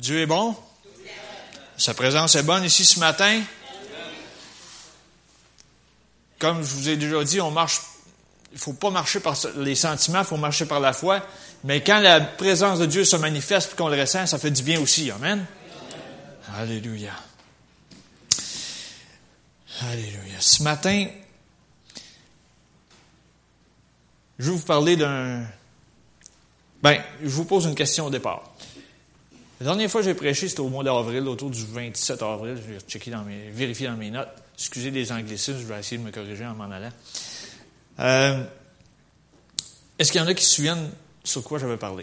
Dieu est bon. Sa présence est bonne ici ce matin. Comme je vous ai déjà dit, il ne faut pas marcher par les sentiments, il faut marcher par la foi. Mais quand la présence de Dieu se manifeste et qu'on le ressent, ça fait du bien aussi. Amen. Alléluia. Alléluia. Ce matin, je vais vous parler je vous pose une question au départ. La dernière fois que j'ai prêché, c'était au mois d'avril, autour du 27 avril. Je vais vérifier dans mes notes. Excusez les anglicismes, je vais essayer de me corriger en m'en allant. Est-ce qu'il y en a qui se souviennent sur quoi j'avais parlé?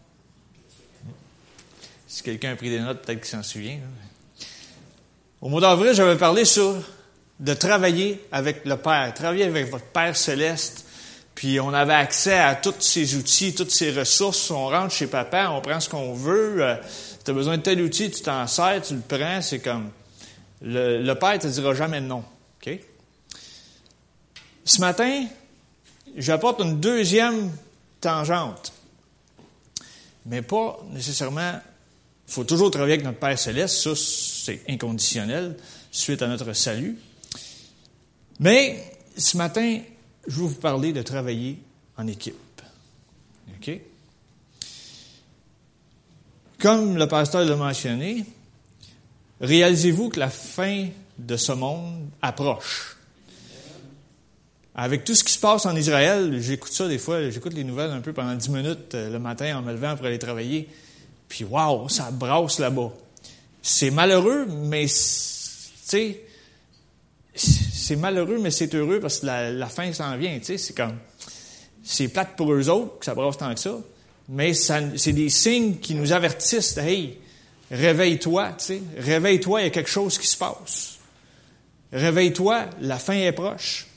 Si quelqu'un a pris des notes, peut-être qu'il s'en souvient. Au mois d'avril, j'avais parlé de travailler avec le Père, travailler avec votre Père céleste. Puis on avait accès à tous ces outils, toutes ces ressources. On rentre chez Papa, on prend ce qu'on veut. Tu as besoin de tel outil, tu t'en sers, tu le prends. C'est comme... Le Père ne te dira jamais non. OK? Ce matin, j'apporte une deuxième tangente. Mais pas nécessairement... Il faut toujours travailler avec notre Père céleste. Ça, c'est inconditionnel, suite à notre salut. Mais ce matin... je vais vous parler de travailler en équipe. OK? Comme le pasteur l'a mentionné, réalisez-vous que la fin de ce monde approche. Avec tout ce qui se passe en Israël, j'écoute ça des fois, j'écoute les nouvelles un peu pendant 10 minutes le matin en me levant pour aller travailler. Puis waouh, ça brasse là-bas. C'est malheureux, mais tu sais, c'est malheureux, mais c'est heureux parce que la fin s'en vient. Tu sais, c'est plate pour eux autres que ça brasse tant que ça, mais c'est des signes qui nous avertissent. Hey, réveille-toi, tu sais, réveille-toi, il y a quelque chose qui se passe. Réveille-toi, la fin est proche.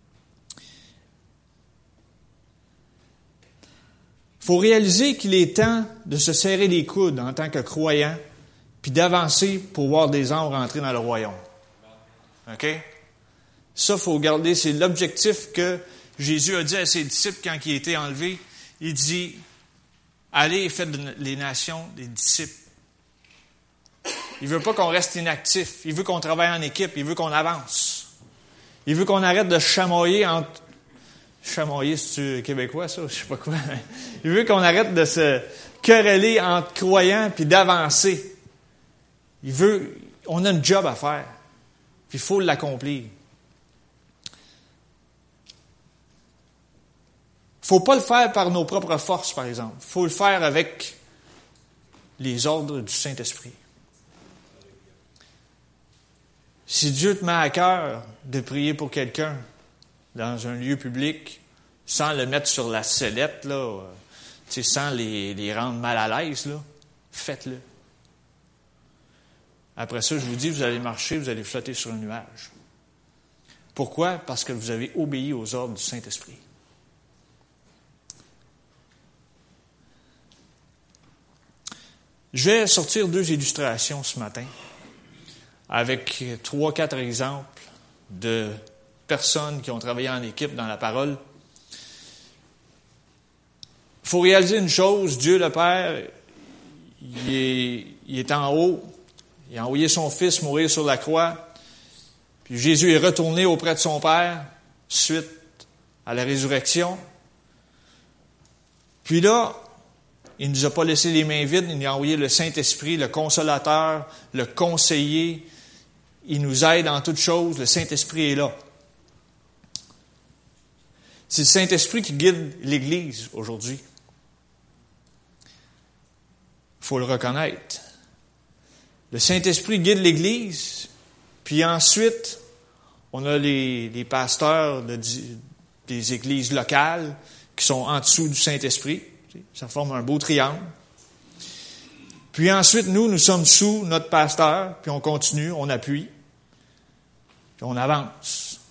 Il faut réaliser qu'il est temps de se serrer les coudes en tant que croyant, puis d'avancer pour voir des âmes rentrer dans le royaume. OK? Ça, il faut garder, c'est l'objectif que Jésus a dit à ses disciples quand il a été enlevé. Il dit, allez et faites les nations des disciples. Il veut pas qu'on reste inactif. Il veut qu'on travaille en équipe. Il veut qu'on avance. Il veut qu'on arrête de chamoyer entre... Chamoyer, c'est-tu québécois, ça? Je sais pas quoi. Il veut qu'on arrête de se quereller entre croyants puis d'avancer. On a un job à faire. Puis il faut l'accomplir. Il ne faut pas le faire par nos propres forces, par exemple. Il faut le faire avec les ordres du Saint-Esprit. Si Dieu te met à cœur de prier pour quelqu'un dans un lieu public, sans le mettre sur la sellette, là, sans les rendre mal à l'aise, là, faites-le. Après ça, je vous dis, vous allez marcher, vous allez flotter sur un nuage. Pourquoi? Parce que vous avez obéi aux ordres du Saint-Esprit. Je vais sortir 2 illustrations ce matin avec 3-4 exemples de personnes qui ont travaillé en équipe dans la parole. Il faut réaliser une chose, Dieu le Père, il est en haut, il a envoyé son Fils mourir sur la croix, puis Jésus est retourné auprès de son Père suite à la résurrection. Puis là, il ne nous a pas laissé les mains vides, il nous a envoyé le Saint-Esprit, le Consolateur, le Conseiller. Il nous aide en toutes choses, le Saint-Esprit est là. C'est le Saint-Esprit qui guide l'Église aujourd'hui. Il faut le reconnaître. Le Saint-Esprit guide l'Église, puis ensuite, on a les pasteurs des églises locales qui sont en dessous du Saint-Esprit. Ça forme un beau triangle. Puis ensuite, nous sommes sous notre pasteur, puis on continue, on appuie, puis on avance.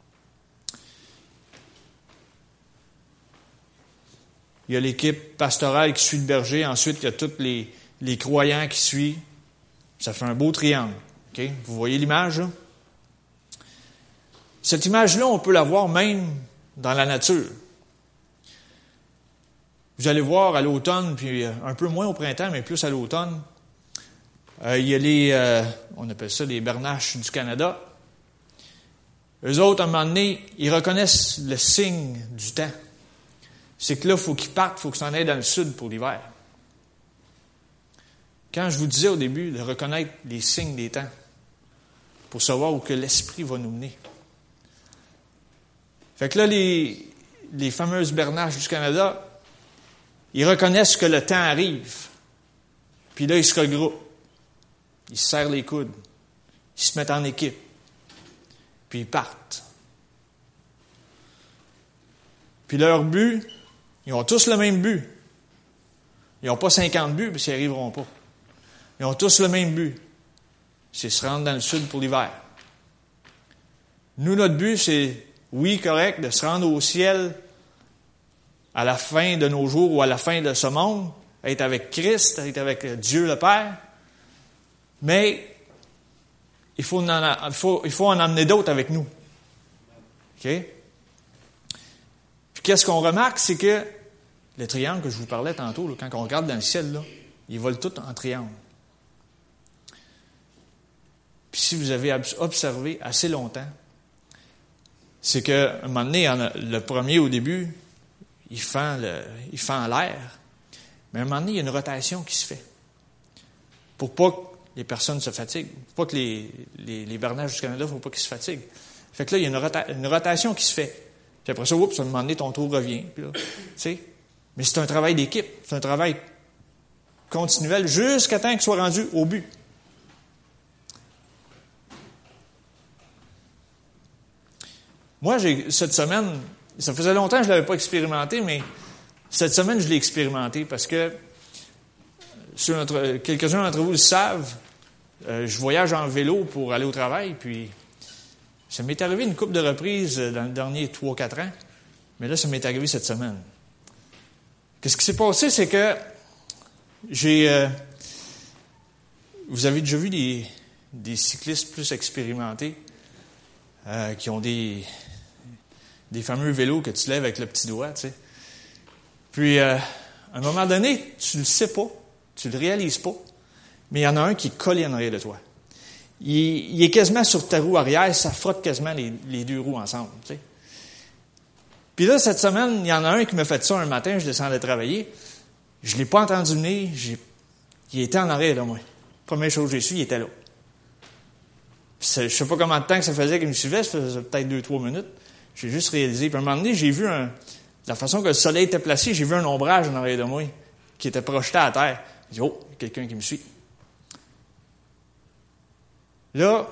Il y a l'équipe pastorale qui suit le berger, ensuite il y a tous les croyants qui suivent. Ça fait un beau triangle. Okay? Vous voyez l'image, là? Cette image-là, on peut la voir même dans la nature. Vous allez voir à l'automne, puis un peu moins au printemps, mais plus à l'automne, Il y a on appelle ça les Bernaches du Canada. Eux autres, à un moment donné, ils reconnaissent le signe du temps. C'est que là, il faut qu'ils partent, il faut qu'ils s'en aillent dans le sud pour l'hiver. Quand je vous disais au début de reconnaître les signes des temps, pour savoir où que l'Esprit va nous mener. Fait que là, les fameuses Bernaches du Canada, ils reconnaissent que le temps arrive. Puis là, ils se regroupent. Ils se serrent les coudes. Ils se mettent en équipe. Puis ils partent. Puis leur but, ils ont tous le même but. Ils n'ont pas 50 buts, parce qu'ils n'y arriveront pas. Ils ont tous le même but. C'est se rendre dans le sud pour l'hiver. Nous, notre but, c'est, oui, correct, de se rendre au ciel à la fin de nos jours ou à la fin de ce monde, être avec Christ, être avec Dieu le Père. Mais il faut en amener d'autres avec nous. OK? Puis qu'est-ce qu'on remarque, c'est que le triangle que je vous parlais tantôt, là, quand on regarde dans le ciel, là, ils volent tous en triangle. Puis si vous avez observé assez longtemps, c'est qu'à un moment donné, le premier au début, il fend l'air, mais à un moment donné, il y a une rotation qui se fait. Pour pas que les personnes se fatiguent, pour pas que les Bernaches du Canada, il ne faut pas qu'ils se fatiguent. Fait que là, il y a une rotation qui se fait. Puis après ça, oups, à un moment donné, ton tour revient. Puis là, tu sais. Mais c'est un travail d'équipe, c'est un travail continuel jusqu'à temps qu'il soit rendu au but. Moi, cette semaine, ça faisait longtemps que je ne l'avais pas expérimenté, mais cette semaine, je l'ai expérimenté parce que quelques-uns d'entre vous le savent, je voyage en vélo pour aller au travail, puis ça m'est arrivé une couple de reprises dans les derniers 3-4 ans, mais là, ça m'est arrivé cette semaine. Qu'est-ce qui s'est passé, c'est que vous avez déjà vu des cyclistes plus expérimentés qui ont des fameux vélos que tu lèves avec le petit doigt, tu sais. Puis, à un moment donné, tu le sais pas, tu le réalises pas, mais il y en a un qui est collé en arrière de toi. Il est quasiment sur ta roue arrière, ça frotte quasiment les deux roues ensemble, tu sais. Puis là, cette semaine, il y en a un qui m'a fait ça un matin, je descendais travailler. Je l'ai pas entendu venir, il était en arrière de moi. Première chose que j'ai su, il était là. Je sais pas combien de temps que ça faisait qu'il me suivait, ça faisait peut-être 2-3 minutes. J'ai juste réalisé. Puis à un moment donné, j'ai vu la façon que le soleil était placé, j'ai vu un ombrage en arrière de moi qui était projeté à terre. J'ai dit, oh, il y a quelqu'un qui me suit. Là,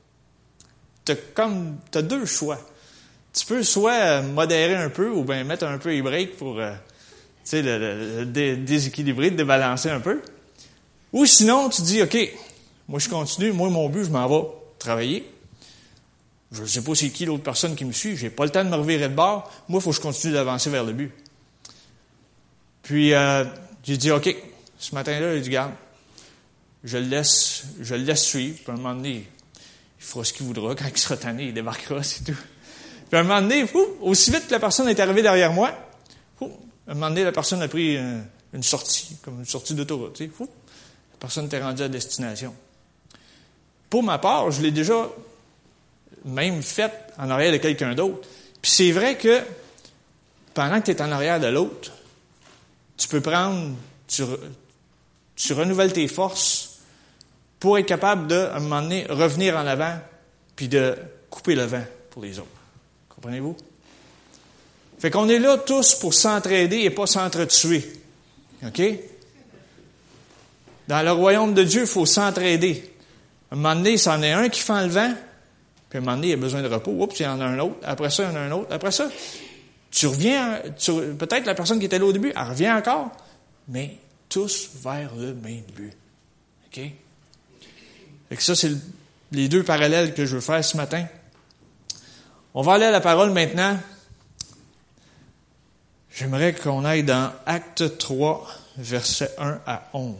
t'as deux choix. Tu peux soit modérer un peu ou bien mettre un peu les breaks pour, déséquilibrer, débalancer un peu. Ou sinon, tu dis, OK, moi je continue, moi mon but, je m'en vais travailler. Je ne sais pas c'est qui l'autre personne qui me suit, j'ai pas le temps de me revirer de bord. Moi, il faut que je continue d'avancer vers le but. Puis, j'ai dit, OK, ce matin-là, j'ai dit, garde, je le laisse suivre. Puis à un moment donné, il fera ce qu'il voudra. Quand il sera tanné, il débarquera, c'est tout. Puis à un moment donné, aussi vite que la personne est arrivée derrière moi, à un moment donné, la personne a pris une sortie, comme une sortie d'autoroute. La personne était rendue à destination. Pour ma part, je l'ai déjà même faite en arrière de quelqu'un d'autre. Puis c'est vrai que pendant que tu es en arrière de l'autre, tu peux tu renouvelles tes forces pour être capable de, à un moment donné, revenir en avant puis de couper le vent pour les autres. Comprenez-vous? Fait qu'on est là tous pour s'entraider et pas s'entretuer. OK? Dans le royaume de Dieu, il faut s'entraider. À un moment donné, c'en est un qui fend le vent, puis à un moment donné, il a besoin de repos. Oups, il y en a un autre. Après ça, il y en a un autre. Après ça, tu reviens, peut-être la personne qui était là au début, elle revient encore, mais tous vers le même but. OK? Fait que ça, c'est les deux parallèles que je veux faire ce matin. On va aller à la parole maintenant. J'aimerais qu'on aille dans Acte 3, versets 1 à 11.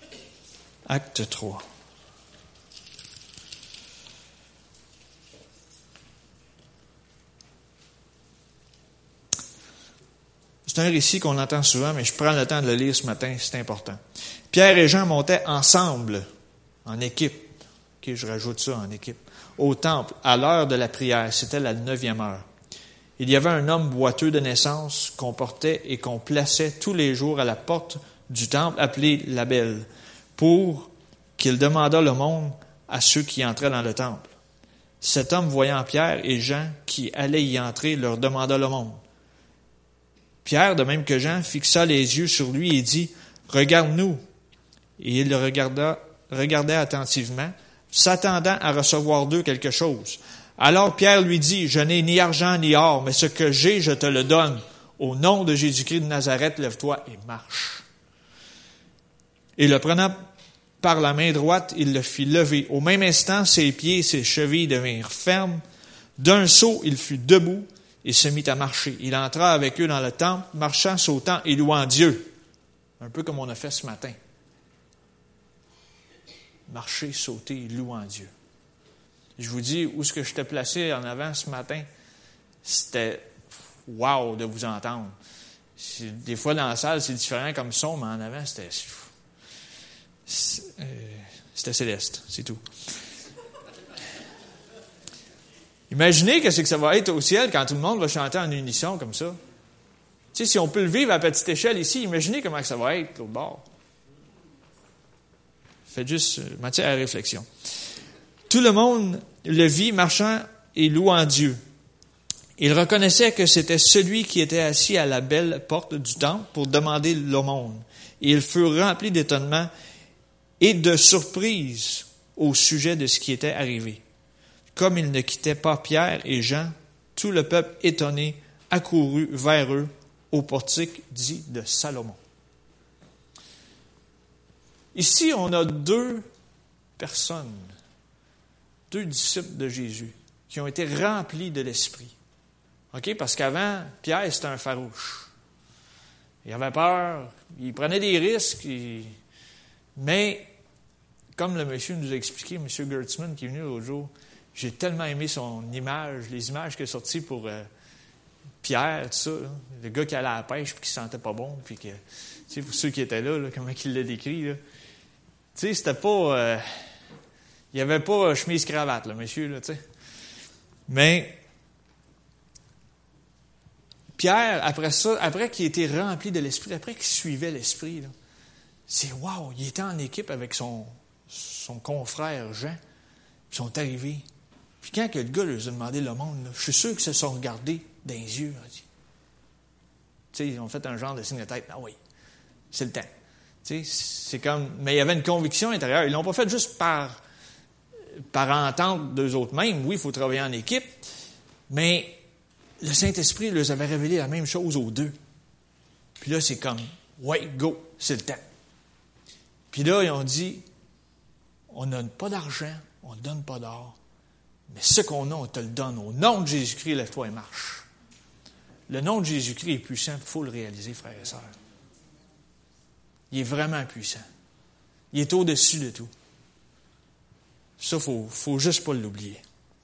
Acte 3. C'est un récit qu'on entend souvent, mais je prends le temps de le lire ce matin, c'est important. Pierre et Jean montaient ensemble, en équipe. OK, je rajoute ça, en équipe. Au temple, à l'heure de la prière. C'était la 9e heure. Il y avait un homme boiteux de naissance qu'on portait et qu'on plaçait tous les jours à la porte du temple, appelé la Belle, pour qu'il demandât l'aumône à ceux qui entraient dans le temple. Cet homme, voyant Pierre et Jean qui allaient y entrer, leur demanda l'aumône. Pierre, de même que Jean, fixa les yeux sur lui et dit, « Regarde-nous. » Et il le regardait attentivement, s'attendant à recevoir d'eux quelque chose. Alors Pierre lui dit, « Je n'ai ni argent ni or, mais ce que j'ai, je te le donne. Au nom de Jésus-Christ de Nazareth, lève-toi et marche. » Et le prenant par la main droite, il le fit lever. Au même instant, ses pieds et ses chevilles devinrent fermes. D'un saut, il fut debout et se mit à marcher. Il entra avec eux dans le temple, marchant, sautant et louant Dieu. Un peu comme on a fait ce matin. Marcher, sauter, louant Dieu. Je vous dis, où est-ce que je t'ai placé en avant ce matin? C'était wow de vous entendre. Des fois, dans la salle, c'est différent comme son, mais en avant, c'était céleste, c'est tout. Imaginez qu'est-ce que ça va être au ciel quand tout le monde va chanter en unisson comme ça. Tu sais, si on peut le vivre à petite échelle ici, imaginez comment ça va être l'autre bord. Faites juste matière à réflexion. Tout le monde le vit marchant et louant Dieu. Il reconnaissait que c'était celui qui était assis à la belle porte du temple pour demander l'aumône. Et ils furent remplis d'étonnement et de surprise au sujet de ce qui était arrivé. Comme ils ne quittaient pas Pierre et Jean, tout le peuple étonné accourut vers eux au portique dit de Salomon. Ici, on a 2 personnes, 2 disciples de Jésus, qui ont été remplis de l'Esprit. OK? Parce qu'avant, Pierre, c'était un farouche. Il avait peur, il prenait des risques, mais comme le monsieur nous a expliqué, M. Gertzman, qui est venu l'autre jour, j'ai tellement aimé son image, les images qu'il a sorties pour Pierre, tout ça, là, le gars qui allait à la pêche et qui ne se sentait pas bon, puis que, tu sais, pour ceux qui étaient là, comment il l'a décrit, là. Tu sais, c'était pas... il n'y avait pas chemise-cravate, là, monsieur, là, tu sais. Mais Pierre, après ça, après qu'il était rempli de l'Esprit, après qu'il suivait l'Esprit, là, c'est wow, il était en équipe avec son confrère Jean, ils sont arrivés. Puis quand que le gars leur a demandé le monde, là, je suis sûr qu'ils se sont regardés dans les yeux. Tu sais, ils ont fait un genre de signe de tête. Ah oui, c'est le temps. Tu sais, c'est comme... Mais il y avait une conviction intérieure. Ils ne l'ont pas fait juste par entente d'eux autres mêmes. Oui, il faut travailler en équipe. Mais le Saint-Esprit leur avait révélé la même chose aux 2. Puis là, c'est comme, ouais, go, c'est le temps. Puis là, ils ont dit, on n'a pas d'argent, on ne donne pas d'or, mais ce qu'on a, on te le donne. Au nom de Jésus-Christ, lève-toi et marche. Le nom de Jésus-Christ est puissant, il faut le réaliser, frères et sœurs. Il est vraiment puissant. Il est au-dessus de tout. Ça, il faut juste pas l'oublier.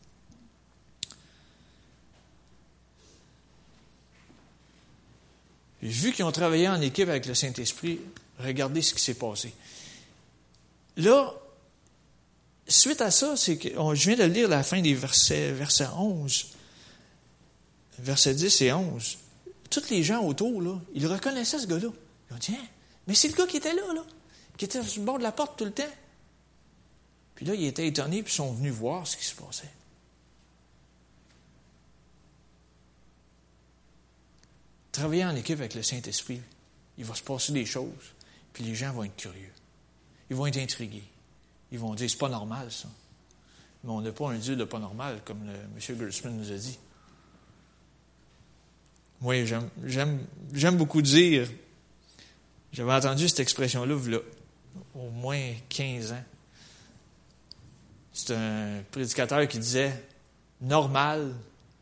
Vu qu'ils ont travaillé en équipe avec le Saint-Esprit, regardez ce qui s'est passé. Là, suite à ça, c'est que je viens de lire la fin des versets 11, versets 10 et 11. Tous les gens autour, là, ils reconnaissaient ce gars-là. Ils ont dit, hein, mais c'est le gars qui était là, qui était sur le bord de la porte tout le temps. Puis là, ils étaient étonnés, puis ils sont venus voir ce qui se passait. Travailler en équipe avec le Saint-Esprit, il va se passer des choses, puis les gens vont être curieux. Ils vont être intrigués. Ils vont dire, c'est pas normal, ça. Mais on n'a pas un Dieu de pas normal, comme M. Gertzman nous a dit. Moi, j'aime beaucoup dire, j'avais entendu cette expression-là, il y a au moins 15 ans. C'est un prédicateur qui disait, normal,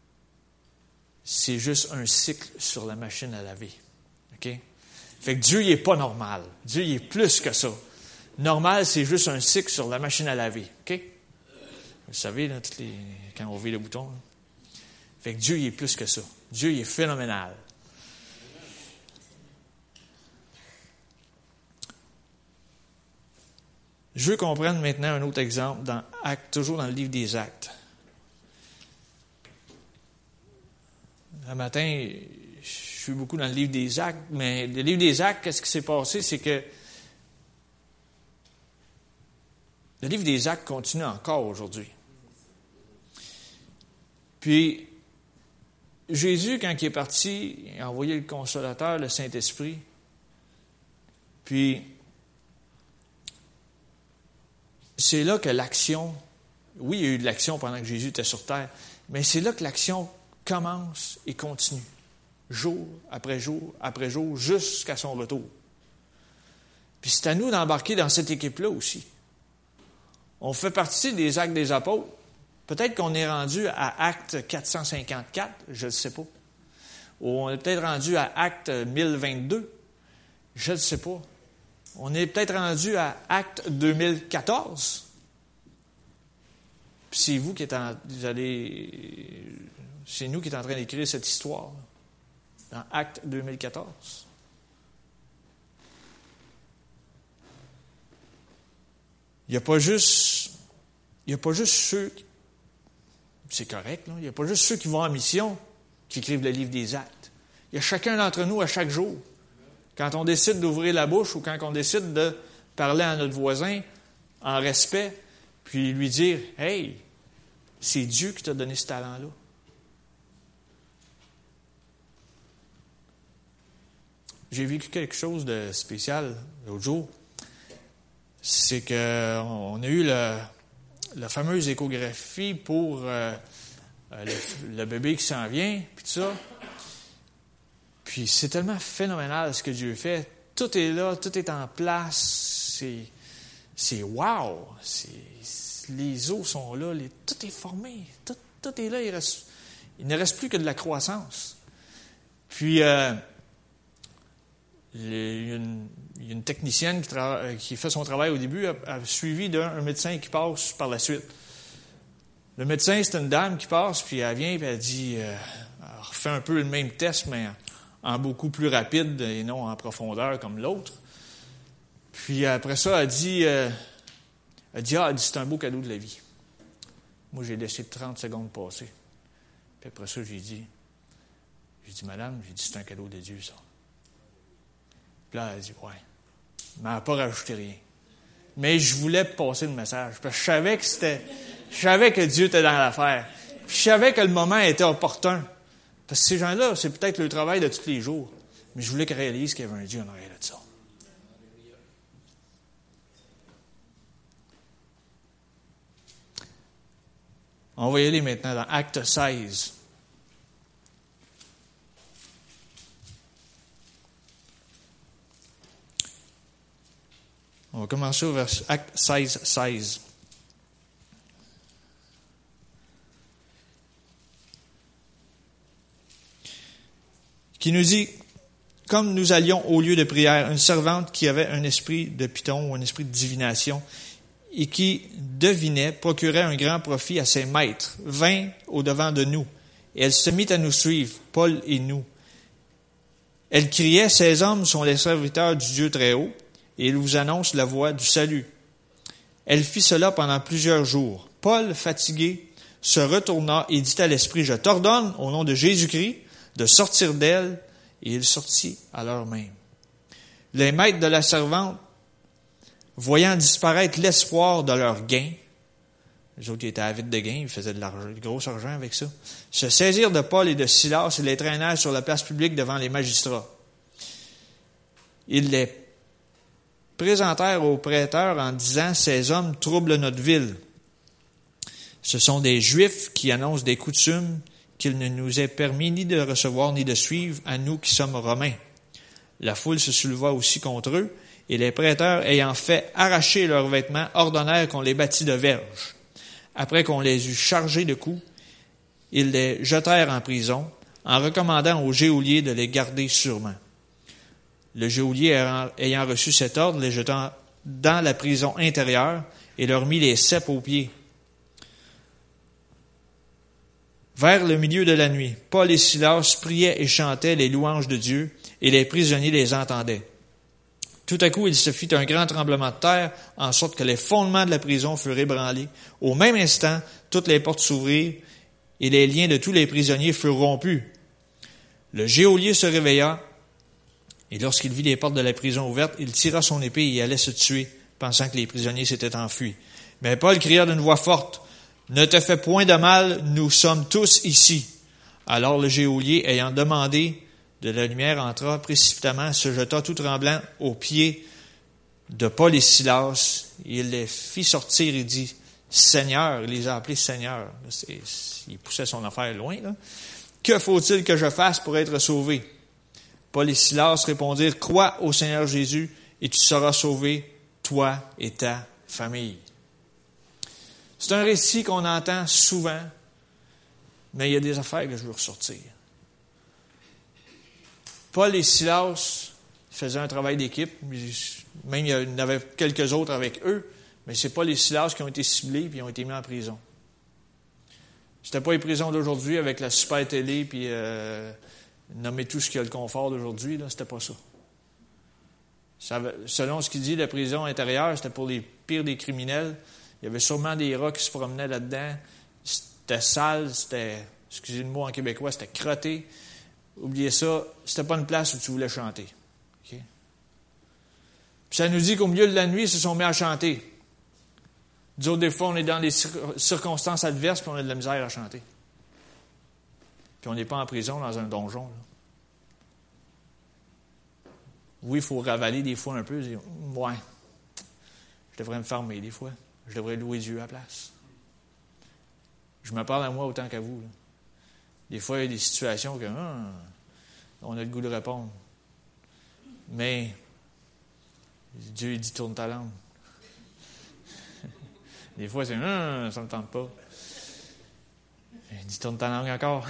c'est juste un cycle sur la machine à laver. OK? Fait que Dieu, il n'est pas normal. Dieu, il est plus que ça. Normal, c'est juste un cycle sur la machine à laver. OK? Vous savez, là, quand on ouvre le bouton. Là. Fait que Dieu, il est plus que ça. Dieu, il est phénoménal. Je veux qu'on prenne maintenant un autre exemple, toujours dans le livre des Actes. Un matin, je suis beaucoup dans le livre des Actes, mais le livre des Actes, qu'est-ce qui s'est passé? C'est que le livre des Actes continue encore aujourd'hui. Puis, Jésus, quand il est parti, il a envoyé le Consolateur, le Saint-Esprit. Puis, c'est là que l'action, oui, il y a eu de l'action pendant que Jésus était sur terre, mais c'est là que l'action commence et continue, jour après jour après jour, jusqu'à son retour. Puis c'est à nous d'embarquer dans cette équipe-là aussi. On fait partie des Actes des Apôtres. Peut-être qu'on est rendu à Acte 454, je ne sais pas. Ou on est peut-être rendu à Acte 1022, je ne sais pas. On est peut-être rendu à Acte 2014. Puis c'est vous qui êtes c'est nous qui sommes en train d'écrire cette histoire, dans Acte 2014. Il n'y a pas juste ceux, c'est correct, là, il n'y a pas juste ceux qui vont en mission qui écrivent le livre des Actes. Il y a chacun d'entre nous à chaque jour. Quand on décide d'ouvrir la bouche ou quand on décide de parler à notre voisin en respect, puis lui dire « Hey, c'est Dieu qui t'a donné ce talent-là. » J'ai vécu quelque chose de spécial l'autre jour. C'est qu'on a eu la fameuse échographie pour le bébé qui s'en vient, puis tout ça. Puis c'est tellement phénoménal ce que Dieu fait. Tout est là, tout est en place. C'est wow! Les os sont là, tout est formé. Tout est là. Il ne reste plus que de la croissance. Puis, il y a une technicienne qui fait son travail au début, a suivi d'un médecin qui passe par la suite. Le médecin, c'est une dame qui passe, puis elle vient, puis elle dit, elle refait un peu le même test, mais en beaucoup plus rapide et non en profondeur comme l'autre. Puis après ça, elle dit, c'est un beau cadeau de la vie. Moi, j'ai laissé 30 secondes passer. Puis après ça, j'ai dit, madame, c'est un cadeau de Dieu, ça. Puis là, elle a dit, ouais. Mais elle n'a pas rajouté rien. Mais je voulais passer le message. Parce que je savais que Dieu était dans l'affaire. Puis je savais que le moment était opportun. Parce que ces gens-là, c'est peut-être le travail de tous les jours. Mais je voulais qu'ils réalisent qu'il y avait un Dieu en arrière de ça. On va y aller maintenant dans Acte 16. On va commencer au verset Acte 16, 16. Qui nous dit, comme nous allions au lieu de prière, une servante qui avait un esprit de python ou un esprit de divination et qui devinait, procurait un grand profit à ses maîtres, vint au-devant de nous. Et elle se mit à nous suivre, Paul et nous. Elle criait, ces hommes sont les serviteurs du Dieu très haut, et ils vous annoncent la voie du salut. Elle fit cela pendant plusieurs jours. Paul, fatigué, se retourna et dit à l'esprit, je t'ordonne, au nom de Jésus-Christ, de sortir d'elle, et il sortit à l'heure même. Les maîtres de la servante, voyant disparaître l'espoir de leur gain, les autres ils étaient avides de gain, ils faisaient de gros argent avec ça, se saisirent de Paul et de Silas et les traînèrent sur la place publique devant les magistrats. Ils les présentèrent aux prêteurs en disant, ces hommes troublent notre ville. Ce sont des Juifs qui annoncent des coutumes qu'il ne nous est permis ni de recevoir ni de suivre à nous qui sommes Romains. La foule se souleva aussi contre eux, et les prêteurs, ayant fait arracher leurs vêtements, ordonnèrent qu'on les bâtît de verges. Après qu'on les eut chargés de coups, ils les jetèrent en prison, en recommandant au geôlier de les garder sûrement. Le geôlier ayant reçu cet ordre, les jetant dans la prison intérieure et leur mit les ceps aux pieds. Vers le milieu de la nuit, Paul et Silas priaient et chantaient les louanges de Dieu, et les prisonniers les entendaient. Tout à coup, il se fit un grand tremblement de terre, en sorte que les fondements de la prison furent ébranlés. Au même instant, toutes les portes s'ouvrirent et les liens de tous les prisonniers furent rompus. Le geôlier se réveilla et lorsqu'il vit les portes de la prison ouvertes, il tira son épée et allait se tuer, pensant que les prisonniers s'étaient enfuis. Mais Paul cria d'une voix forte, « Ne te fais point de mal, nous sommes tous ici. » Alors le geôlier, ayant demandé de la lumière, entra précipitamment, se jeta tout tremblant aux pieds de Paul et Silas. Il les fit sortir et dit, « Seigneur », il les a appelés Seigneur. Il poussait son affaire loin, là. « Que faut-il que je fasse pour être sauvé? » Paul et Silas répondirent, « Crois au Seigneur Jésus et tu seras sauvé, toi et ta famille. » C'est un récit qu'on entend souvent, mais il y a des affaires que je veux ressortir. Paul et Silas faisaient un travail d'équipe, même il y en avait quelques autres avec eux, mais c'est Paul et Silas qui ont été ciblés et ont été mis en prison. C'était pas les prisons d'aujourd'hui avec la super télé puis nommer tout ce qui a le confort d'aujourd'hui, là, c'était pas ça. Selon ce qu'il dit, la prison intérieure, c'était pour les pires des criminels. Il y avait sûrement des rats qui se promenaient là-dedans. C'était sale, c'était, excusez le mot en québécois, c'était crotté. Oubliez ça, c'était pas une place où tu voulais chanter. Okay? Puis ça nous dit qu'au milieu de la nuit, ils se sont mis à chanter. Nous autres, des fois, on est dans des circonstances adverses, puis on a de la misère à chanter. Puis on n'est pas en prison dans un donjon. Là. Oui, il faut ravaler des fois un peu. Dire, ouais, je devrais me fermer des fois. Je devrais louer Dieu à la place. Je me parle à moi autant qu'à vous. Là. Des fois, il y a des situations que on a le goût de répondre. Mais Dieu, il dit, tourne ta langue. Des fois, c'est ça ne me tente pas. Il dit, tourne ta langue encore.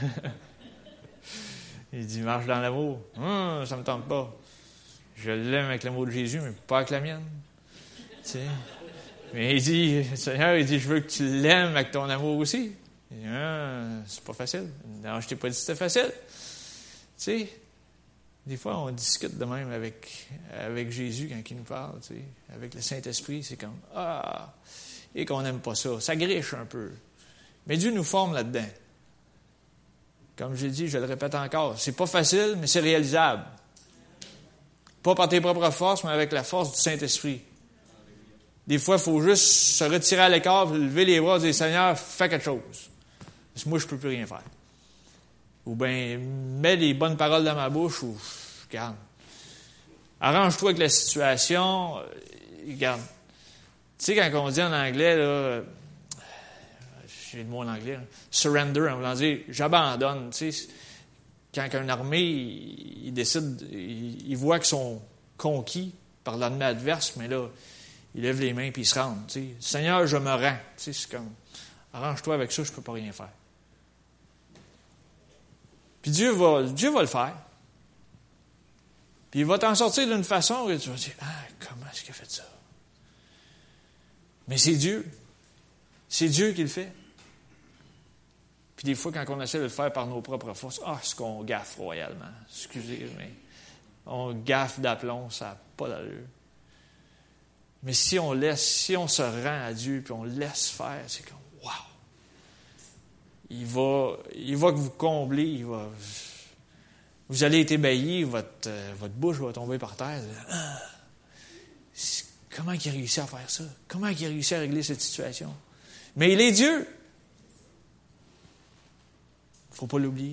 Il dit, marche dans l'amour. Ça ne me tente pas. Je l'aime avec l'amour de Jésus, mais pas avec la mienne. Tu sais? Mais il dit, Seigneur, il dit, je veux que tu l'aimes avec ton amour aussi. Il dit, c'est pas facile. Non, je t'ai pas dit que c'était facile. Tu sais, des fois, on discute de même avec Jésus quand il nous parle, tu sais. Avec le Saint-Esprit, c'est comme, et qu'on n'aime pas ça. Ça griche un peu. Mais Dieu nous forme là-dedans. Comme j'ai dit, je le répète encore, c'est pas facile, mais c'est réalisable. Pas par tes propres forces, mais avec la force du Saint-Esprit. Des fois, il faut juste se retirer à l'écart, lever les bras et dire, Seigneur, fais quelque chose. Parce que moi, je ne peux plus rien faire. Ou bien, mets les bonnes paroles dans ma bouche, ou regarde. Arrange-toi avec la situation, regarde. Tu sais, quand on dit en anglais, là, j'ai le mot en anglais, là, surrender, en voulant dire, j'abandonne. Tu sais, quand une armée, il décide, il voit qu'ils sont conquis par l'armée adverse, mais là, il lève les mains puis il se rend. Tu sais, Seigneur, je me rends. Tu sais, c'est comme, arrange-toi avec ça, je ne peux pas rien faire. Puis Dieu va le faire. Puis il va t'en sortir d'une façon où tu vas dire, comment est-ce qu'il a fait ça? Mais c'est Dieu. C'est Dieu qui le fait. Puis des fois, quand on essaie de le faire par nos propres forces, est-ce qu'on gaffe royalement? Excusez, mais on gaffe d'aplomb, ça n'a pas d'allure. Mais si on se rend à Dieu, puis on laisse faire, c'est comme, wow! Il va vous combler, vous allez être ébahis, votre bouche va tomber par terre. Comment il a réussi à faire ça? Comment il a réussi à régler cette situation? Mais il est Dieu! Il ne faut pas l'oublier.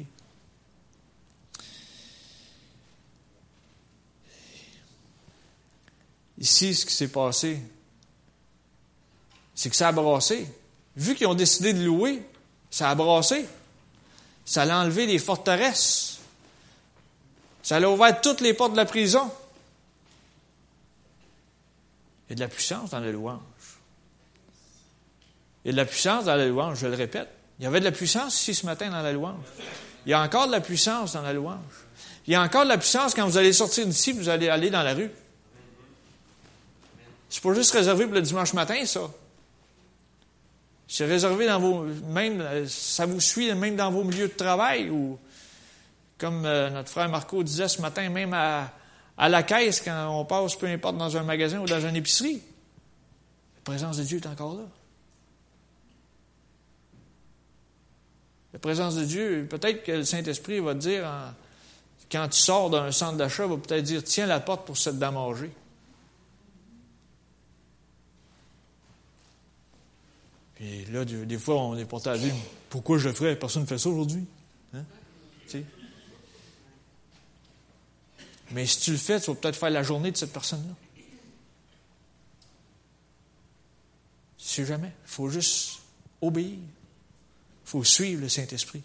Ici, ce qui s'est passé, c'est que ça a brassé. Vu qu'ils ont décidé de louer, ça a brassé. Ça a enlevé les forteresses. Ça a ouvert toutes les portes de la prison. Il y a de la puissance dans la louange. Il y a de la puissance dans la louange, je le répète. Il y avait de la puissance ici ce matin dans la louange. Il y a encore de la puissance dans la louange. Il y a encore de la puissance quand vous allez sortir d'ici, vous allez aller dans la rue. C'est pas juste réservé pour le dimanche matin, ça. C'est réservé dans ça vous suit même dans vos milieux de travail, ou, comme notre frère Marco disait ce matin, même à à la caisse quand on passe, peu importe, dans un magasin ou dans une épicerie. La présence de Dieu est encore là. La présence de Dieu, peut-être que le Saint-Esprit va te dire, quand tu sors d'un centre d'achat, il va peut-être dire, tiens la porte pour cette dame âgée. Puis là, des fois, on est porté à dire, pourquoi je le ferais? Personne ne fait ça aujourd'hui. Hein? Tu sais? Mais si tu le fais, tu vas peut-être faire la journée de cette personne-là. Tu ne sais jamais. Il faut juste obéir. Il faut suivre le Saint-Esprit.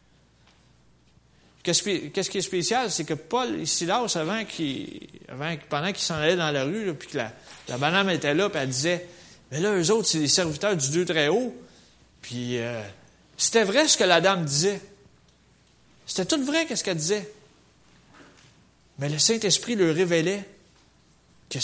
Qu'est-ce qui est spécial, c'est que Paul et Silas, pendant qu'ils s'en allaient dans la rue, là, puis que la madame était là, puis elle disait, mais là, eux autres, c'est des serviteurs du Dieu très haut. Puis, c'était vrai ce que la dame disait. C'était tout vrai qu'est-ce qu'elle disait. Mais le Saint-Esprit leur révélait qu'il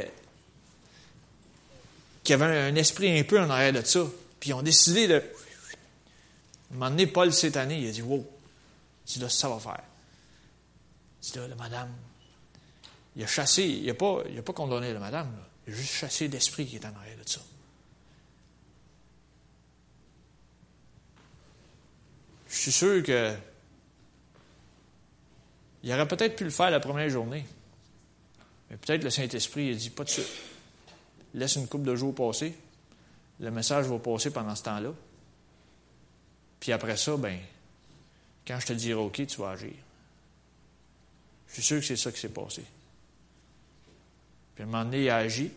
y avait un esprit un peu en arrière de ça. Puis ils ont décidé de... À un moment donné, Paul s'est tanné. Il a dit, wow, c'est là ça va faire. C'est là, la madame. Il a chassé, il n'a pas condamné la madame, là. Il a juste chassé l'esprit qui est en arrière de ça. Je suis sûr que il aurait peut-être pu le faire la première journée. Mais peut-être le Saint-Esprit a dit, pas de suite. Laisse une couple de jours passer. Le message va passer pendant ce temps-là. Puis après ça, quand je te dirai OK, tu vas agir. Je suis sûr que c'est ça qui s'est passé. Puis à un moment donné, il a agi.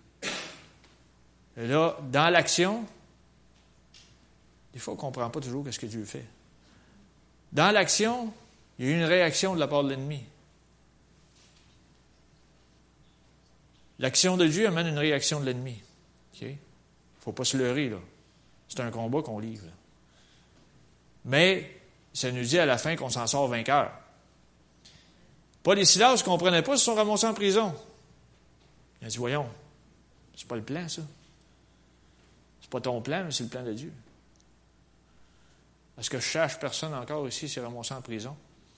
Et là, dans l'action, des fois, on ne comprend pas toujours ce que Dieu fait. Dans l'action, il y a eu une réaction de la part de l'ennemi. L'action de Dieu amène une réaction de l'ennemi. Il ne faut pas se leurrer, là. C'est un combat qu'on livre. Là. Mais ça nous dit à la fin qu'on s'en sort vainqueur. Paul et Silas ne comprenaient pas, ils se sont ramassés en prison. Il a dit, voyons, c'est pas le plan, ça. C'est pas ton plan, mais c'est le plan de Dieu. Est-ce que je cherche personne encore ici s'est ramassé en prison?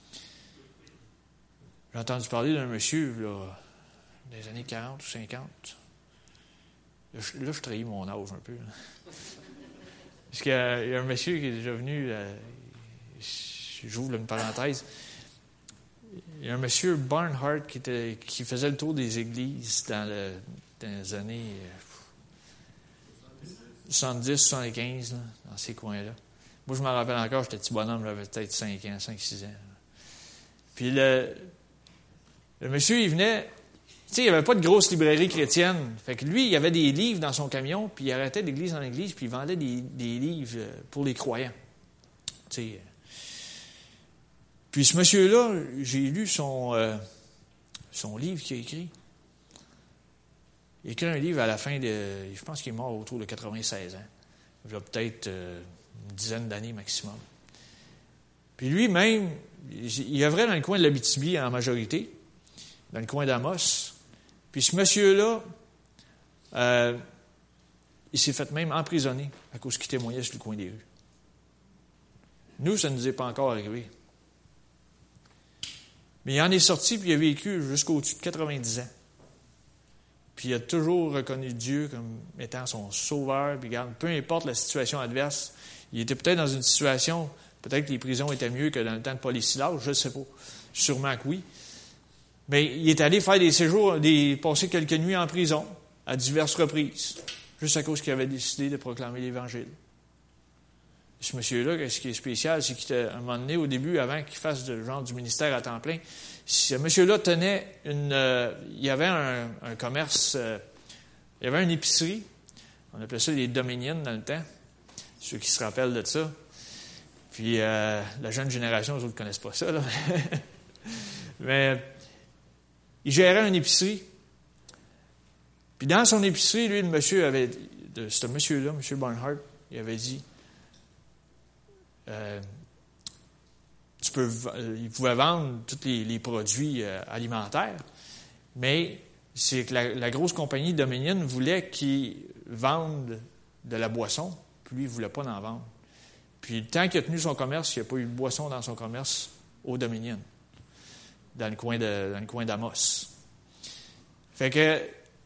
J'ai entendu parler d'un monsieur, là, des années 40 ou 50. Là, je trahis mon âge un peu. Là. Parce qu'il y a un monsieur qui est déjà venu, j'ouvre une parenthèse, il y a un monsieur Barnhart qui faisait le tour des églises dans les années 70, 75, là, dans ces coins-là. Moi, je me rappelle encore, j'étais petit bonhomme, j'avais peut-être 5 ans, 5-6 ans. Puis le monsieur, il venait... Tu sais, il n'y avait pas de grosse librairie chrétienne. Fait que lui, il y avait des livres dans son camion, puis il arrêtait d'église en église, puis il vendait des livres pour les croyants. Tu sais. Puis ce monsieur-là, j'ai lu son livre qu'il a écrit. Il a écrit un livre à la fin de... Je pense qu'il est mort autour de 96 ans. Il a peut-être une dizaine d'années maximum. Puis lui-même, il œuvrait dans le coin de l'Abitibi en majorité, dans le coin d'Amos. Puis ce monsieur-là, il s'est fait même emprisonner à cause qu'il témoignait sur le coin des rues. Nous, ça ne nous est pas encore arrivé. Mais il en est sorti, puis il a vécu jusqu'au-dessus de 90 ans. Puis il a toujours reconnu Dieu comme étant son sauveur. Puis regarde, peu importe la situation adverse, il était peut-être dans une situation, peut-être que les prisons étaient mieux que dans le temps de Paul et Silas, je ne sais pas. Sûrement que oui. Mais il est allé faire des séjours, passer quelques nuits en prison, à diverses reprises, juste à cause qu'il avait décidé de proclamer l'Évangile. Ce monsieur-là, ce qui est spécial, c'est qu'à un moment donné, au début, avant qu'il fasse le genre du ministère à temps plein, ce monsieur-là tenait il y avait un commerce, il y avait une épicerie, on appelait ça les Dominions dans le temps, ceux qui se rappellent de ça. Puis la jeune génération, eux autres ne connaissent pas ça, là. Mais il gérait une épicerie. Puis dans son épicerie, lui, ce monsieur-là, M. Barnhart, il avait dit, il pouvait vendre tous les produits alimentaires, mais c'est que la grosse compagnie Dominion voulait qu'il vende de la boisson, puis lui, il ne voulait pas en vendre. Puis tant qu'il a tenu son commerce, il n'y a pas eu de boisson dans son commerce au Dominion. dans le coin d'Amos. Fait que,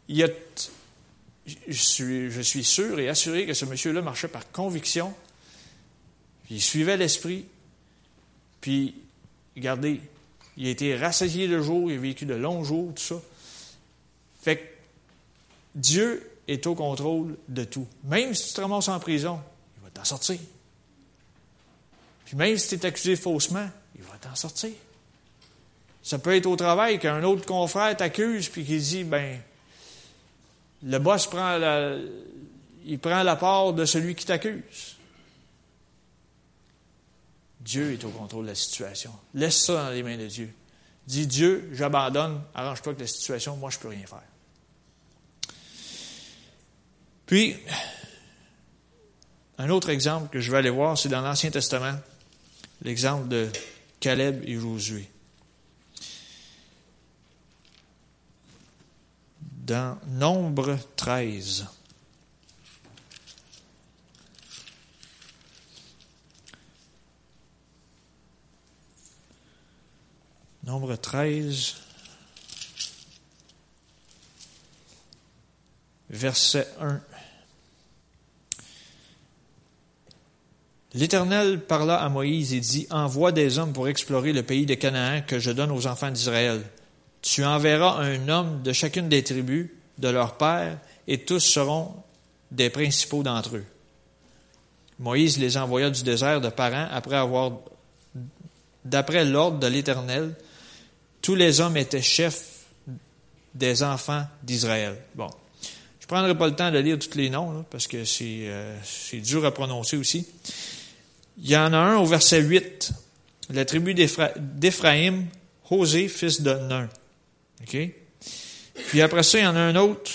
je suis sûr et assuré que ce monsieur-là marchait par conviction, puis il suivait l'Esprit, puis, regardez, il a été rassasié de jours, il a vécu de longs jours, tout ça. Fait que Dieu est au contrôle de tout. Même si tu te ramasses en prison, il va t'en sortir. Puis même si tu es accusé faussement, il va t'en sortir. Ça peut être au travail qu'un autre confrère t'accuse puis qu'il dit, le boss prend la part de celui qui t'accuse. Dieu est au contrôle de la situation. Laisse ça dans les mains de Dieu. Dis, Dieu, j'abandonne, arrange-toi avec la situation, moi je ne peux rien faire. Puis, un autre exemple que je vais aller voir, c'est dans l'Ancien Testament, l'exemple de Caleb et Josué. Dans Nombre 13. Nombre 13, verset 1. L'Éternel parla à Moïse et dit, « Envoie des hommes pour explorer le pays de Canaan que je donne aux enfants d'Israël. Tu enverras un homme de chacune des tribus de leur père, et tous seront des principaux d'entre eux. » Moïse les envoya du désert de Paran d'après l'ordre de l'Éternel. Tous les hommes étaient chefs des enfants d'Israël. Bon, je ne prendrai pas le temps de lire tous les noms, là, parce que c'est dur à prononcer aussi. Il y en a un au verset 8, la tribu d'Éphraïm, Hosée, fils de Nun. OK? Puis après ça, il y en a un autre,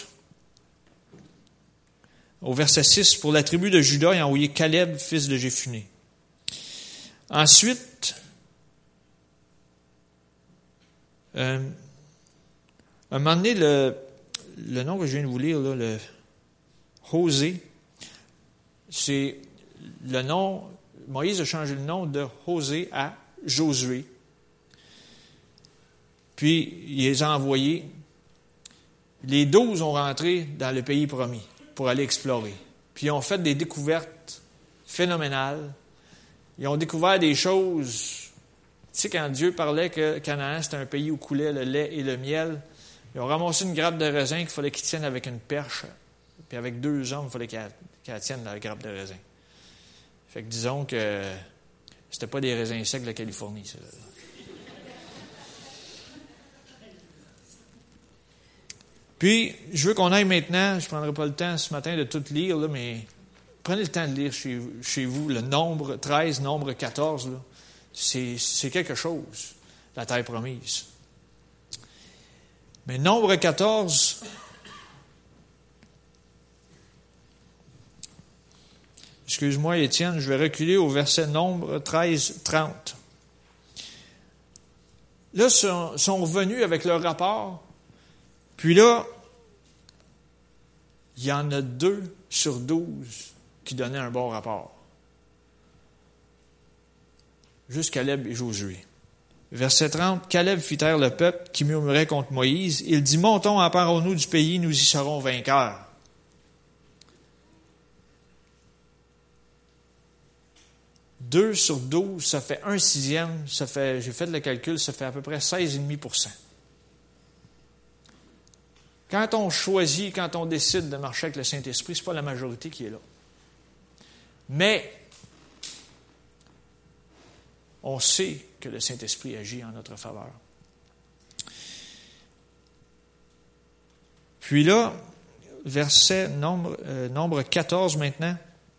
au verset 6, pour la tribu de Juda, il a envoyé Caleb, fils de Jéphuné. Ensuite, un moment donné, le nom que je viens de vous lire, là, le Hosée, c'est le nom, Moïse a changé le nom de Hosée à Josué. Puis, il les a envoyés. Les 12 ont rentré dans le pays promis pour aller explorer. Puis, ils ont fait des découvertes phénoménales. Ils ont découvert des choses. Tu sais, quand Dieu parlait que Canaan, c'était un pays où coulait le lait et le miel, ils ont ramassé une grappe de raisin qu'il fallait qu'ils tiennent avec une perche. Puis avec 2 hommes, il fallait qu'elle tienne la grappe de raisin. Fait que disons que c'était pas des raisins secs de la Californie, ça. Puis, je veux qu'on aille maintenant, je ne prendrai pas le temps ce matin de tout lire, là, mais prenez le temps de lire chez vous le nombre 13, nombre 14, là. C'est quelque chose, la terre promise. Mais nombre 14, excuse-moi Étienne, je vais reculer au verset nombre 13, 30. Là, sont revenus avec leur rapport, puis là, il y en a 2 sur 12 qui donnaient un bon rapport. Juste Caleb et Josué. Verset 30, Caleb fit taire le peuple qui murmurait contre Moïse. Il dit, montons, emparons-nous du pays, nous y serons vainqueurs. Deux sur 12, ça fait 1/6. J'ai fait le calcul, ça fait à peu près 16,5%. Quand on choisit, quand on décide de marcher avec le Saint-Esprit, ce n'est pas la majorité qui est là. Mais on sait que le Saint-Esprit agit en notre faveur. Puis là, verset nombre 14 maintenant.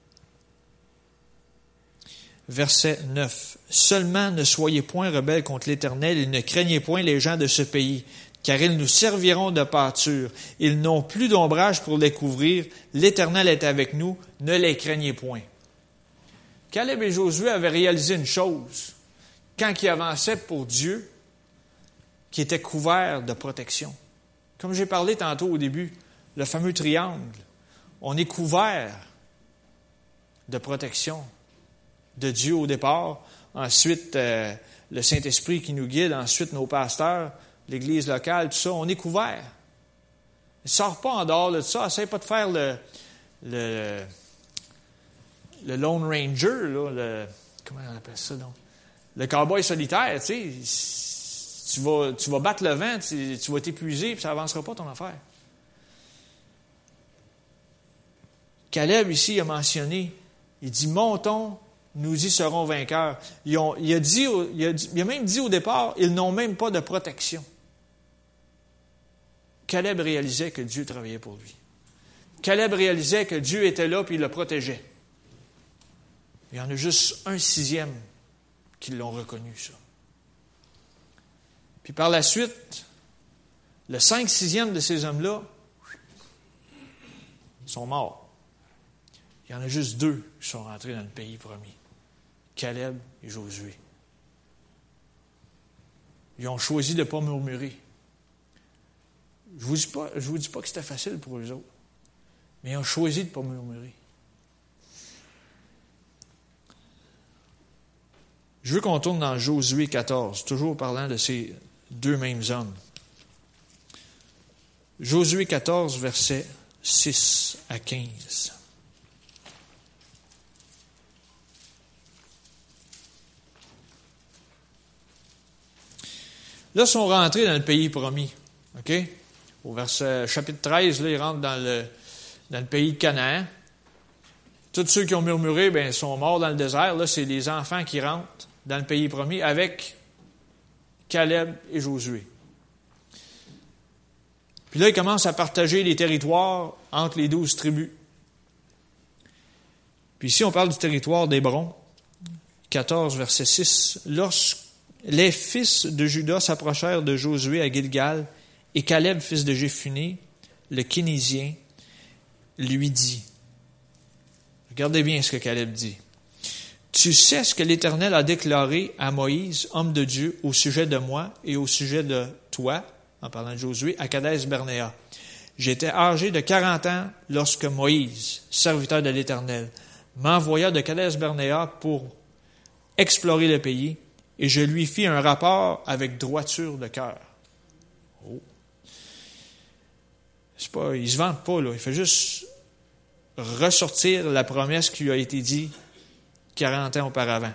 Verset 9. Seulement ne soyez point rebelles contre l'Éternel et ne craignez point les gens de ce pays, car ils nous serviront de pâture. Ils n'ont plus d'ombrage pour les couvrir. L'Éternel est avec nous, ne les craignez point. Caleb et Josué avaient réalisé une chose. Quand ils avançaient pour Dieu, qui était couvert de protection. Comme j'ai parlé tantôt au début, le fameux triangle, on est couvert de protection de Dieu au départ. Ensuite, le Saint-Esprit qui nous guide, ensuite nos pasteurs, l'Église locale, tout ça, on est couvert. Ne sors pas en dehors de ça. Essaye pas de faire le Lone Ranger, là, comment on appelle ça, donc? Le cowboy solitaire, tu sais. Tu vas battre le vent, tu vas t'épuiser, puis ça n'avancera pas ton affaire. Caleb, ici, a mentionné, il dit, montons, nous y serons vainqueurs. Il a même dit au départ, ils n'ont même pas de protection. Caleb réalisait que Dieu travaillait pour lui. Caleb réalisait que Dieu était là puis il le protégeait. Il y en a juste 1/6 qui l'ont reconnu, ça. Puis par la suite, le 5/6 de ces hommes-là sont morts. Il y en a juste 2 qui sont rentrés dans le pays promis. Caleb et Josué. Ils ont choisi de ne pas murmurer. Je ne vous dis pas que c'était facile pour eux autres, mais ils ont choisi de ne pas murmurer. Je veux qu'on tourne dans Josué 14, toujours parlant de ces 2 mêmes hommes. Josué 14, versets 6 à 15. Là, ils sont rentrés dans le pays promis. OK? Au verset chapitre 13, là, ils rentrent dans le pays de Canaan. Tous ceux qui ont murmuré, ben, sont morts dans le désert. Là, c'est les enfants qui rentrent dans le pays promis avec Caleb et Josué. Puis là, ils commencent à partager les territoires entre les 12 tribus. Puis ici, on parle du territoire d'Hébron. 14, verset 6. Lorsque les fils de Juda s'approchèrent de Josué à Gilgal, et Caleb, fils de Jéphuné, le Kénésien, lui dit, regardez bien ce que Caleb dit, « Tu sais ce que l'Éternel a déclaré à Moïse, homme de Dieu, au sujet de moi et au sujet de toi, en parlant de Josué, à Kadès-Barnéa. J'étais âgé de 40 ans lorsque Moïse, serviteur de l'Éternel, m'envoya de Kadès-Barnéa pour explorer le pays, et je lui fis un rapport avec droiture de cœur. » Oh. C'est pas, il se vante pas, là. Il fait juste ressortir la promesse qui lui a été dite 40 ans auparavant.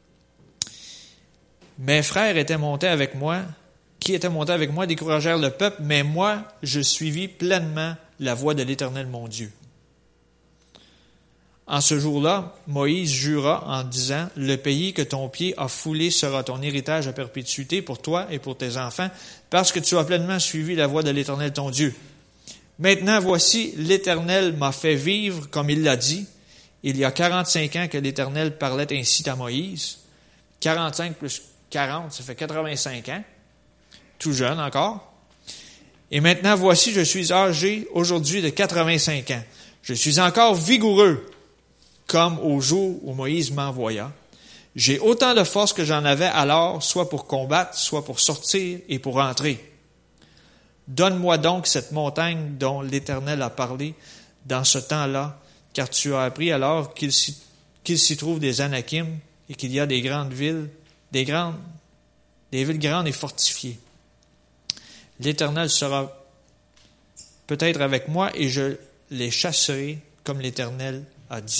Mes frères qui étaient montés avec moi, découragèrent le peuple, mais moi, je suivis pleinement la voie de l'Éternel mon Dieu. En ce jour-là, Moïse jura en disant, « Le pays que ton pied a foulé sera ton héritage à perpétuité pour toi et pour tes enfants, parce que tu as pleinement suivi la voie de l'Éternel ton Dieu. Maintenant, voici, l'Éternel m'a fait vivre comme il l'a dit. Il y a 45 ans que l'Éternel parlait ainsi à Moïse. 45 plus 40, ça fait 85 ans. Tout jeune encore. Et maintenant, voici, je suis âgé aujourd'hui de 85 ans. Je suis encore vigoureux, comme au jour où Moïse m'envoya. J'ai autant de force que j'en avais alors, soit pour combattre, soit pour sortir et pour entrer. Donne-moi donc cette montagne dont l'Éternel a parlé dans ce temps-là, car tu as appris alors qu'il s'y trouve des Anakim et qu'il y a des grandes villes, des villes grandes et fortifiées. L'Éternel sera peut-être avec moi et je les chasserai comme l'Éternel a dit. »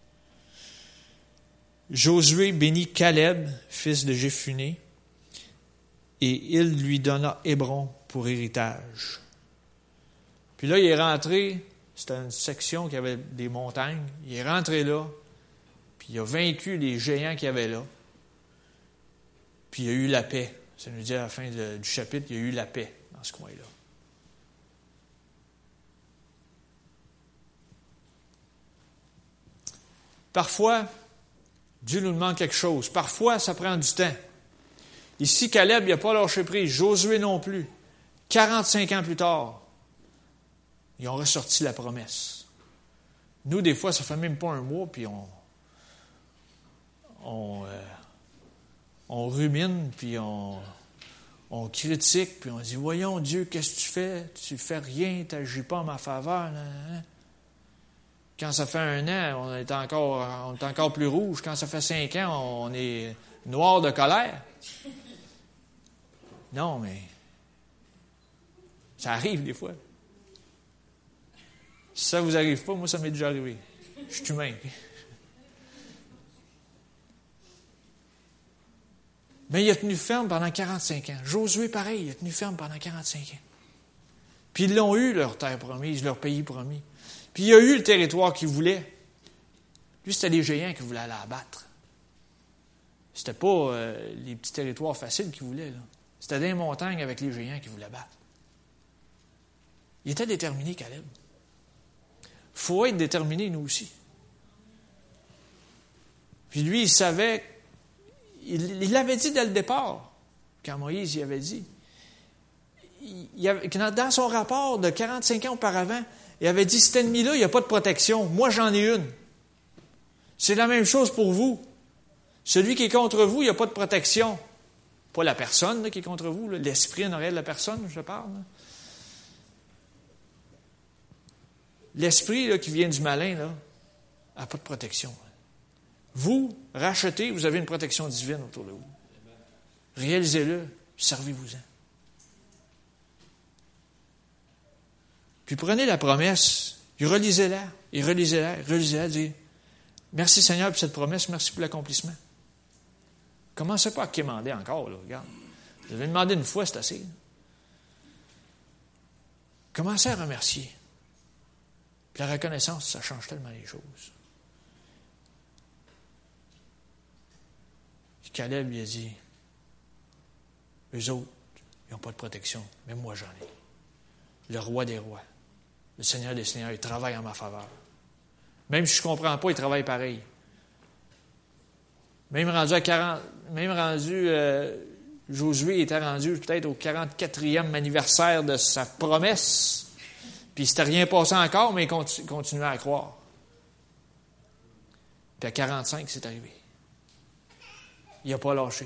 Josué bénit Caleb, fils de Jéphuné, et il lui donna Hébron pour héritage. Puis là, il est rentré, c'était une section qui avait des montagnes, il est rentré là, puis il a vaincu les géants qu'il y avait là, puis il y a eu la paix. Ça nous dit à la fin du chapitre, il y a eu la paix dans ce coin-là. Parfois, Dieu nous demande quelque chose. Parfois, ça prend du temps. Ici, Caleb, il n'a pas lâché prise. Josué non plus. 45 ans plus tard, ils ont ressorti la promesse. Nous, des fois, ça fait même pas un mois, puis on rumine, puis on critique, puis on dit, voyons Dieu, qu'est-ce que tu fais? Tu fais rien, tu n'agis pas en ma faveur. Quand ça fait 1 an, on est encore plus rouge. Quand ça fait 5 ans, on est Noir de colère. Non, mais ça arrive des fois. Si ça ne vous arrive pas, moi, ça m'est déjà arrivé. Je suis humain. Mais il a tenu ferme pendant 45 ans. Josué, pareil, il a tenu ferme pendant 45 ans. Puis ils l'ont eu, leur terre promise, leur pays promis. Puis il a eu le territoire qu'il voulait. Lui, c'était les géants qu'il voulait aller abattre. C'était pas les petits territoires faciles qu'il voulait, là. C'était des montagnes avec les géants qu'il voulait battre. Il était déterminé, Caleb. Il faut être déterminé, nous aussi. Puis lui, il savait, il l'avait dit dès le départ, quand Moïse y avait dit. Dans son rapport de 45 ans auparavant, il avait dit, cet ennemi-là, il n'y a pas de protection. Moi, j'en ai une. C'est la même chose pour vous. Celui qui est contre vous, il n'y a pas de protection. Pas la personne là, qui est contre vous, là, l'esprit en arrière de la personne, je parle. Là. L'esprit là, qui vient du malin n'a pas de protection. Vous, rachetés, vous avez une protection divine autour de vous. Réalisez-le, servez-vous-en. Puis prenez la promesse, relisez-la, dites, merci Seigneur pour cette promesse, merci pour l'accomplissement. Commencez pas à quémander encore, là, regarde. Vous avez demandé une fois, c'est assez. Commencez à remercier. Puis la reconnaissance, ça change tellement les choses. Puis Caleb lui a dit, eux autres, ils n'ont pas de protection, mais moi j'en ai. Le roi des rois, le Seigneur des seigneurs, il travaille en ma faveur. Même si je ne comprends pas, il travaille pareil. Même rendu Josué était rendu peut-être au 44e anniversaire de sa promesse. Puis il ne s'était rien passé encore, mais il continuait à croire. Puis à 45, c'est arrivé. Il n'a pas lâché.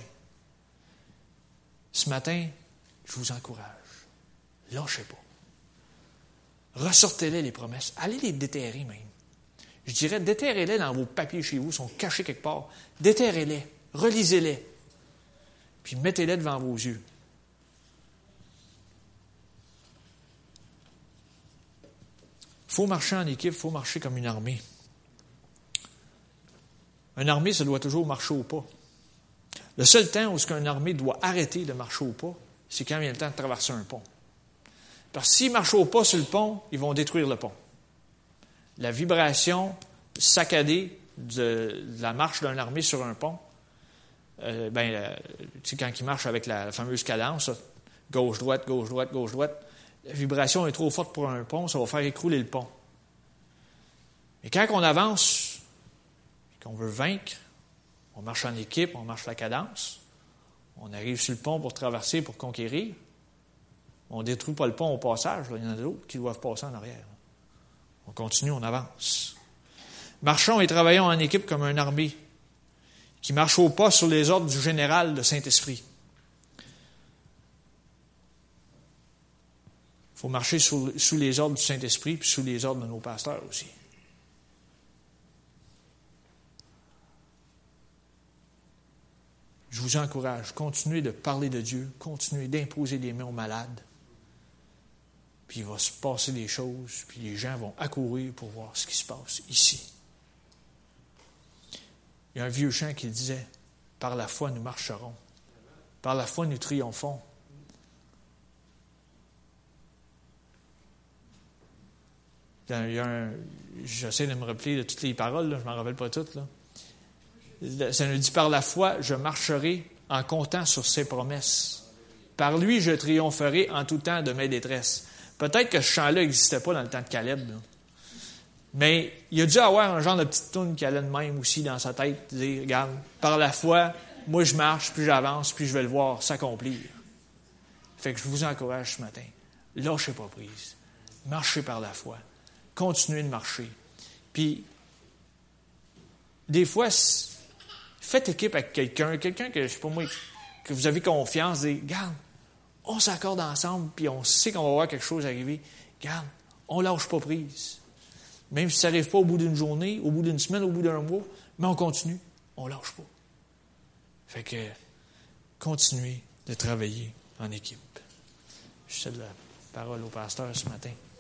Ce matin, je vous encourage. Lâchez pas. Ressortez-les les promesses. Allez les déterrer même. Je dirais, déterrez-les dans vos papiers chez vous, ils sont cachés quelque part. Déterrez-les, relisez-les, puis mettez-les devant vos yeux. Il faut marcher en équipe, il faut marcher comme une armée. Une armée, ça doit toujours marcher au pas. Le seul temps où une armée doit arrêter de marcher au pas, c'est quand il y a le temps de traverser un pont. Parce que s'ils marchent au pas sur le pont, ils vont détruire le pont. La vibration saccadée de la marche d'une armée sur un pont, tu sais, quand ils marchent avec la fameuse cadence, gauche-droite, gauche-droite, gauche-droite, la vibration est trop forte pour un pont, ça va faire écrouler le pont. Et quand on avance, qu'on veut vaincre, on marche en équipe, on marche la cadence, on arrive sur le pont pour traverser, pour conquérir, on ne détruit pas le pont au passage, là, il y en a d'autres qui doivent passer en arrière. On continue, on avance. Marchons et travaillons en équipe comme une armée qui marche au pas sur les ordres du général de Saint-Esprit. Il faut marcher sous les ordres du Saint-Esprit puis sous les ordres de nos pasteurs aussi. Je vous encourage, continuez de parler de Dieu, continuez d'imposer les mains aux malades. Puis il va se passer des choses, puis les gens vont accourir pour voir ce qui se passe ici. Il y a un vieux chant qui disait, « Par la foi, nous marcherons. Par la foi, nous triomphons. » J'essaie de me rappeler de toutes les paroles, là, je ne m'en rappelle pas toutes. Là. Ça nous dit, « Par la foi, je marcherai en comptant sur ses promesses. Par lui, je triompherai en tout temps de mes détresses. » Peut-être que ce chant-là n'existait pas dans le temps de Caleb. Là. Mais il a dû avoir un genre de petite toune qui allait de même aussi dans sa tête, dire, regarde, par la foi, moi je marche, puis j'avance, puis je vais le voir s'accomplir. Fait que je vous encourage ce matin. Lâchez pas prise. Marchez par la foi. Continuez de marcher. Puis, des fois, faites équipe avec quelqu'un que, je sais pas moi, que vous avez confiance, dites, regarde, on s'accorde ensemble, puis on sait qu'on va voir quelque chose arriver. Regarde, on ne lâche pas prise. Même si ça n'arrive pas au bout d'une journée, au bout d'une semaine, au bout d'un mois, mais on continue, on ne lâche pas. Fait que, continuez de travailler en équipe. Je cède la parole au pasteur ce matin.